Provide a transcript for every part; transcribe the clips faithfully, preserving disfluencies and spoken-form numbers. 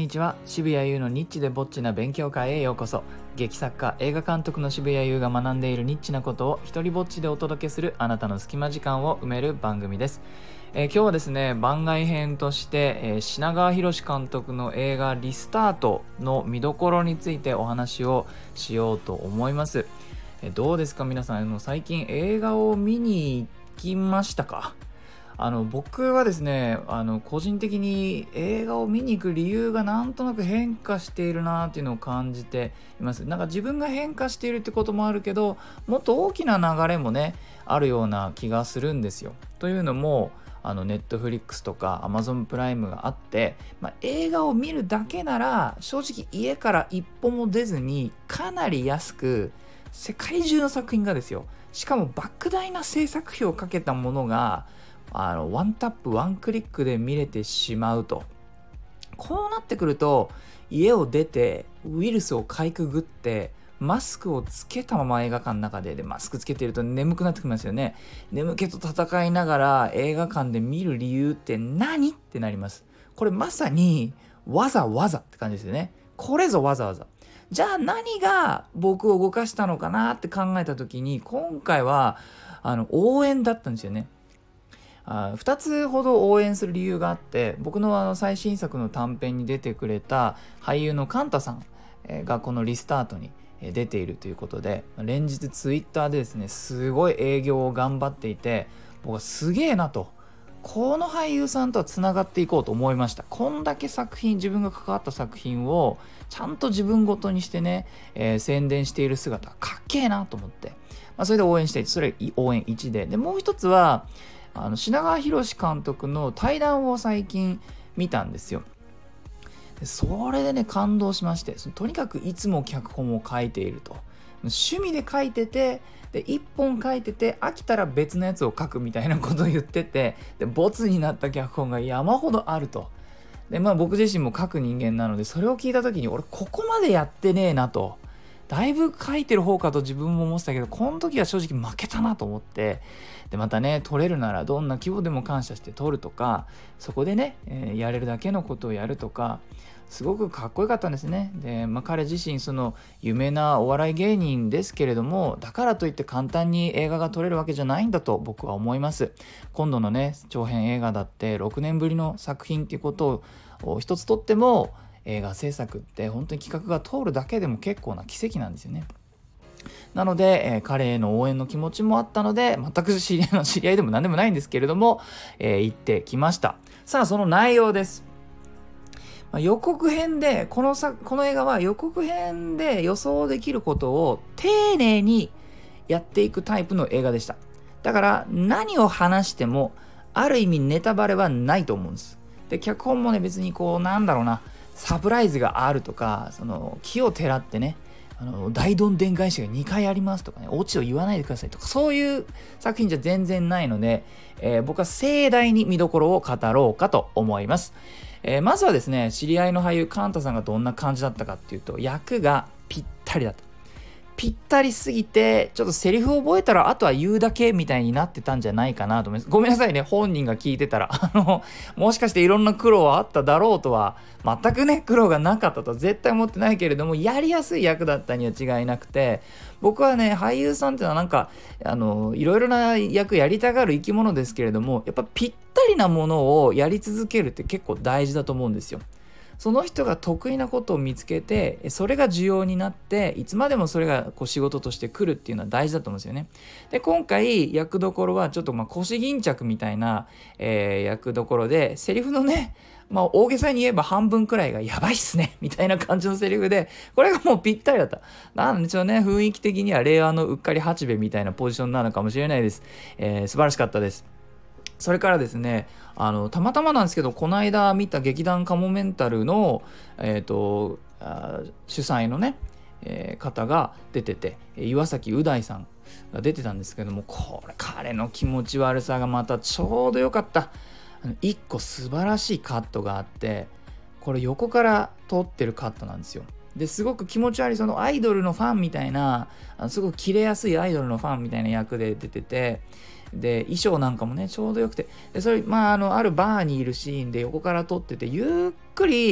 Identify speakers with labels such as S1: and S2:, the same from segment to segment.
S1: にちは。渋谷優のニッチでぼっちな勉強会へようこそ。劇作家、映画監督の渋谷優が学んでいるニッチなことを一人ぼっちでお届けするあなたの隙間時間を埋める番組です。えー、今日はですね、番外編として、えー、品川博監督の映画リスタートの見どころについてお話をしようと思います。えー、どうですか皆さん、あの最近映画を見に行きましたか？あの僕はですね、あの個人的に映画を見に行く理由がなんとなく変化しているなっていうのを感じています。なんか自分が変化しているってこともあるけど、もっと大きな流れもねあるような気がするんですよ。というのも、あのネットフリックスとかアマゾンプライムがあって、まあ、映画を見るだけなら正直家から一歩も出ずにかなり安く世界中の作品がですよ、しかも莫大な制作費をかけたものがあのワンタップワンクリックで見れてしまうと。こうなってくると、家を出てウイルスをかいくぐってマスクをつけたまま映画館の中ででマスクつけていると眠くなってきますよね。眠気と戦いながら映画館で見る理由って何ってなります。これまさにわざわざって感じですよね。これぞわざわざ。じゃあ何が僕を動かしたのかなって考えた時に、今回はあの応援だったんですよね。あふたつほど応援する理由があって、僕のあの最新作の短編に出てくれた俳優のカンタさんがこのリスタートに出ているということで、連日ツイッターでですねすごい営業を頑張っていて、僕はすげえなと、この俳優さんとはつながっていこうと思いました。こんだけ作品、自分が関わった作品をちゃんと自分ごとにしてね、えー、宣伝している姿かっけえなと思って、まあ、それで応援していて、それ応援いちででもう一つはあの品川博監督の対談を最近見たんですよ。でそれでね感動しまして、そのとにかくいつも脚本を書いていると、趣味で書いてて、でいっぽん書いてて飽きたら別のやつを書くみたいなことを言ってて、でボツになった脚本が山ほどあると。でまあ僕自身も書く人間なので、それを聞いた時に俺ここまでやってねえなと、だいぶ書いてる方かと自分も思ってたけど、この時は正直負けたなと思って、でまたね取れるならどんな規模でも感謝して取るとか、そこでね、えー、やれるだけのことをやるとか、すごくかっこよかったんですね。で、まあ、彼自身その有名なお笑い芸人ですけれども、だからといって簡単に映画が撮れるわけじゃないんだと僕は思います。今度のね長編映画だってろくねんぶりの作品っていうことを一つとっても、映画制作って本当に企画が通るだけでも結構な奇跡なんですよね。なので、えー、彼への応援の気持ちもあったので、全く知り合いの知り合いでも何でもないんですけれども、えー、行ってきました。さあその内容です。まあ、予告編でこのさこの映画は予告編で予想できることを丁寧にやっていくタイプの映画でした。だから何を話してもある意味ネタバレはないと思うんです。で脚本もね別にこうなんだろうな、サプライズがあるとか、その木をてらってね、あの大どんでん返しがにかいありますとかね、オチを言わないでくださいとか、そういう作品じゃ全然ないので、えー、僕は盛大に見どころを語ろうかと思います。えー、まずはですね、知り合いの俳優カンタさんがどんな感じだったかっていうと、役がぴったりだった。ぴったりすぎて、ちょっとセリフを覚えたらあとは言うだけみたいになってたんじゃないかなと思います。ごめんなさいね、本人が聞いてたらあのもしかしていろんな苦労はあっただろうとは、全くね苦労がなかったとは絶対思ってないけれども、やりやすい役だったには違いなくて、僕はね俳優さんっていうのはなんかあのいろいろな役やりたがる生き物ですけれども、やっぱぴったりなものをやり続けるって結構大事だと思うんですよ。その人が得意なことを見つけて、それが需要になって、いつまでもそれがこう仕事として来るっていうのは大事だと思うんですよね。で今回役どころはちょっとまあ腰巾着みたいな、えー、役どころで、セリフのね、まあ大げさに言えば半分くらいがやばいっすねみたいな感じのセリフで、これがもうぴったりだった。なんでしょうね、雰囲気的には令和のうっかり八兵衛みたいなポジションなのかもしれないです。えー、素晴らしかったです。それからですね、あのたまたまなんですけど、この間見た劇団カモメンタルの、えーと、あ主催のね、えー、方が出てて、岩崎う大さんが出てたんですけども、これ彼の気持ち悪さがまたちょうどよかった。あの一個素晴らしいカットがあって、これ横から撮ってるカットなんですよ。ですごく気持ち悪い、そのアイドルのファンみたいな、あのすごくキレやすいアイドルのファンみたいな役で出てて、で衣装なんかもねちょうどよくて、でそれまああのあるバーにいるシーンで横から撮ってて、ゆっくり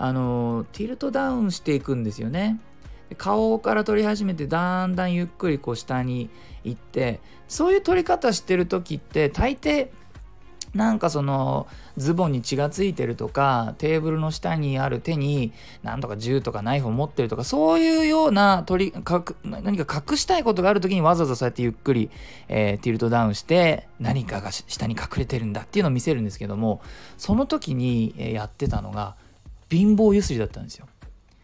S1: あのティルトダウンしていくんですよね。顔から撮り始めてだんだんゆっくりこう下に行って、そういう撮り方してる時って大抵なんかそのズボンに血がついてるとか、テーブルの下にある手になんとか銃とかナイフを持ってるとか、そういうような取りか何か隠したいことがある時にわざわざそうやってゆっくり、えー、ティルトダウンして何かが下に隠れてるんだっていうのを見せるんですけども、その時にやってたのが貧乏ゆすりだったんですよ。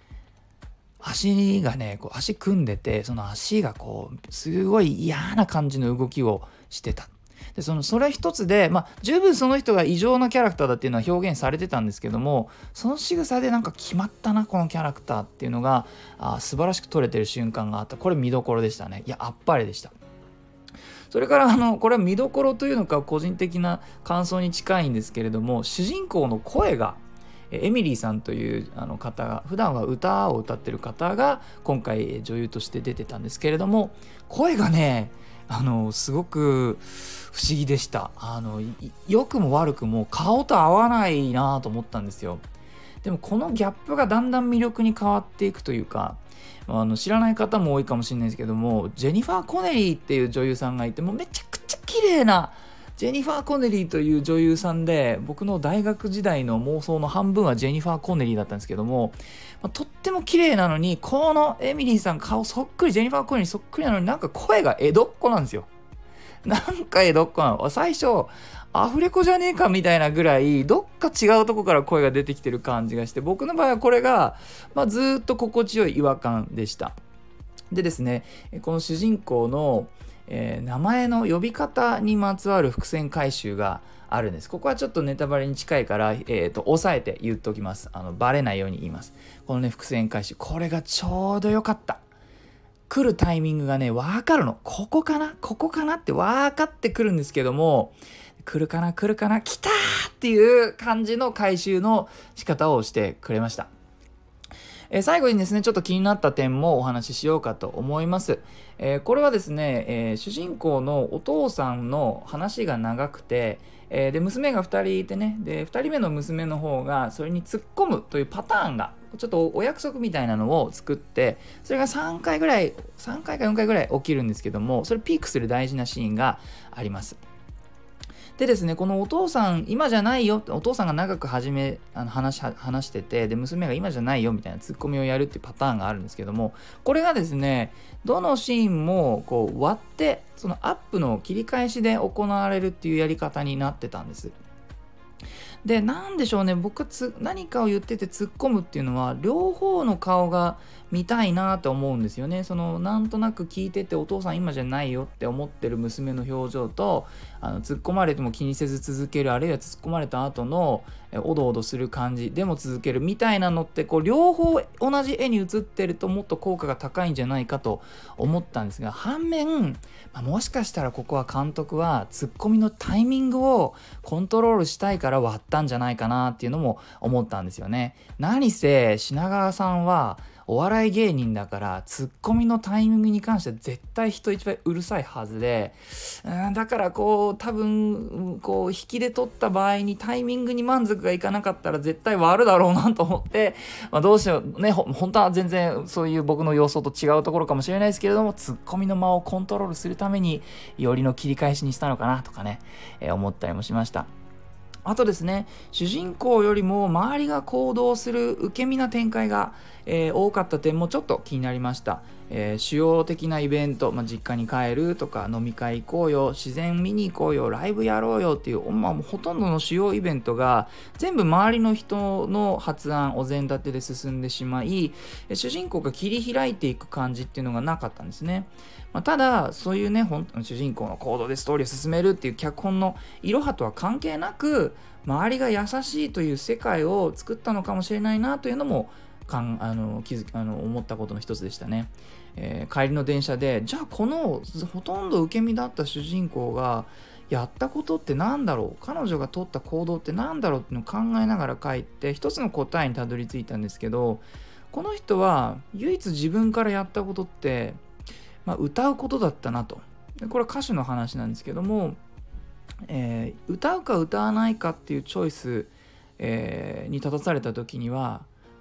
S1: 足がねこう足組んでて、その足がこうすごい嫌な感じの動きをしてた。でそのそれ一つで、まあ、十分その人が異常なキャラクターだっていうのは表現されてたんですけども、その仕草でなんか決まったなこのキャラクターっていうのがあ素晴らしく撮れてる瞬間があった。これ見どころでしたね。いやあっぱれでした。それからあのこれは見どころというのか個人的な感想に近いんですけれども、主人公の声がエミリーさんというあの方が、普段は歌を歌ってる方が今回女優として出てたんですけれども、声がねあのすごく不思議でした。あの良くも悪くも顔と合わないなと思ったんですよ。でもこのギャップがだんだん魅力に変わっていくというか、あの知らない方も多いかもしれないですけども、ジェニファー・コネリーっていう女優さんがいて、もうめちゃくちゃ綺麗なジェニファー・コネリーという女優さんで、僕の大学時代の妄想の半分はジェニファー・コネリーだったんですけども、まあ、とっても綺麗なのに、このエミリーさん顔そっくり、ジェニファー・コネリーそっくりなのに、なんか声が江戸っ子なんですよ。なんか江戸っ子なの。最初アフレコじゃねえかみたいなぐらい、どっか違うとこから声が出てきてる感じがして、僕の場合はこれが、まあ、ずっと心地よい違和感でした。でですね、この主人公のえー、名前の呼び方にまつわる伏線回収があるんです。ここはちょっとネタバレに近いから、えー、と抑えて言っておきます。あのバレないように言います。このね伏線回収、これがちょうどよかった。来るタイミングがね分かるの。ここかなここかなって分かってくるんですけども、来るかな来るかな来たーっていう感じの回収の仕方をしてくれました。えー、最後にですねちょっと気になった点もお話ししようかと思います。えー、これはですね、えー、主人公のお父さんの話が長くて、えー、で娘がふたりいてね、でふたりめの娘の方がそれに突っ込むというパターンがちょっとお約束みたいなのを作って、それがさんかいぐらいさんかいかよんかいぐらい起きるんですけども、それピークする大事なシーンがあります。でですね、このお父さん今じゃないよって、お父さんが長く始めあの話話してて、で娘が今じゃないよみたいなツッコミをやるっていうパターンがあるんですけども、これがですねどのシーンもこう割ってそのアップの切り返しで行われるっていうやり方になってたんです。で、なんでしょうね、僕つ何かを言ってて突っ込むっていうのは両方の顔が見たいなと思うんですよね。そのなんとなく聞いててお父さん今じゃないよって思ってる娘の表情と、あの突っ込まれても気にせず続ける、あるいは突っ込まれた後のえおどおどする感じでも続けるみたいなのって、こう両方同じ絵に映ってるともっと効果が高いんじゃないかと思ったんですが、反面、まあ、もしかしたらここは監督は突っ込みのタイミングをコントロールしたいから割ったんじゃないかなっていうのも思ったんですよね。何せ品川さんはお笑い芸人だから、ツッコミのタイミングに関しては絶対人一倍うるさいはずで、うんだからこう多分こう引きで取った場合にタイミングに満足がいかなかったら絶対割るだろうなと思って、まあ、どうしようね、ほ本当は全然そういう僕の予想と違うところかもしれないですけれども、ツッコミの間をコントロールするためによりの切り返しにしたのかなとかね、えー、思ったりもしました。あとですね、主人公よりも周りが行動する受け身な展開が、えー、多かった点もちょっと気になりました。えー、主要的なイベント、まあ、実家に帰るとか飲み会行こうよ、自然見に行こうよ、ライブやろうよっていう、まあ、もうほとんどの主要イベントが全部周りの人の発案お膳立てで進んでしまい、主人公が切り開いていく感じっていうのがなかったんですね。まあ、ただそういうね、ほん主人公の行動でストーリーを進めるっていう脚本のいろはとは関係なく、周りが優しいという世界を作ったのかもしれないなというのもかんあの気づあの思ったことの一つでしたね。えー、帰りの電車で、じゃあこのほとんど受け身だった主人公がやったことってなんだろう、彼女が取った行動ってなんだろうっていうのを考えながら帰って一つの答えにたどり着いたんですけど、この人は唯一自分からやったことって、まあ、歌うことだったなと。でこれは歌手の話なんですけども、えー、歌うか歌わないかっていうチョイス、えー、に立たされた時には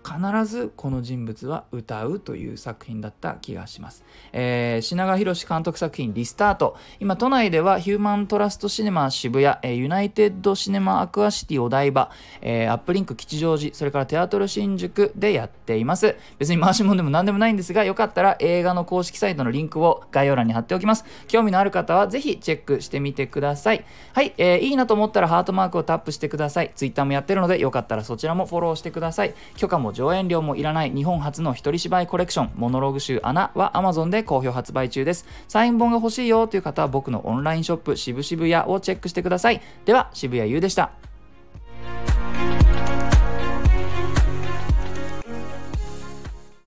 S1: 必ずこの人物は歌うという作品だった気がします。えー、品川博監督作品リスタート、今都内ではヒューマントラストシネマ渋谷、えー、ユナイテッドシネマアクアシティお台場、えー、アップリンク吉祥寺、それからテアトル新宿でやっています。別に回し物でも何でもないんですが、よかったら映画の公式サイトのリンクを概要欄に貼っておきます。興味のある方はぜひチェックしてみてください。はい、えー、いいなと思ったらハートマークをタップしてください。ツイッターもやってるので、よかったらそちらもフォローしてください。許可も上演料もいらない日本初の一人芝居コレクションモノローグ集アナは Amazon で好評発売中です。サイン本が欲しいよという方は僕のオンラインショップ渋々屋をチェックしてください。では、渋谷優でした。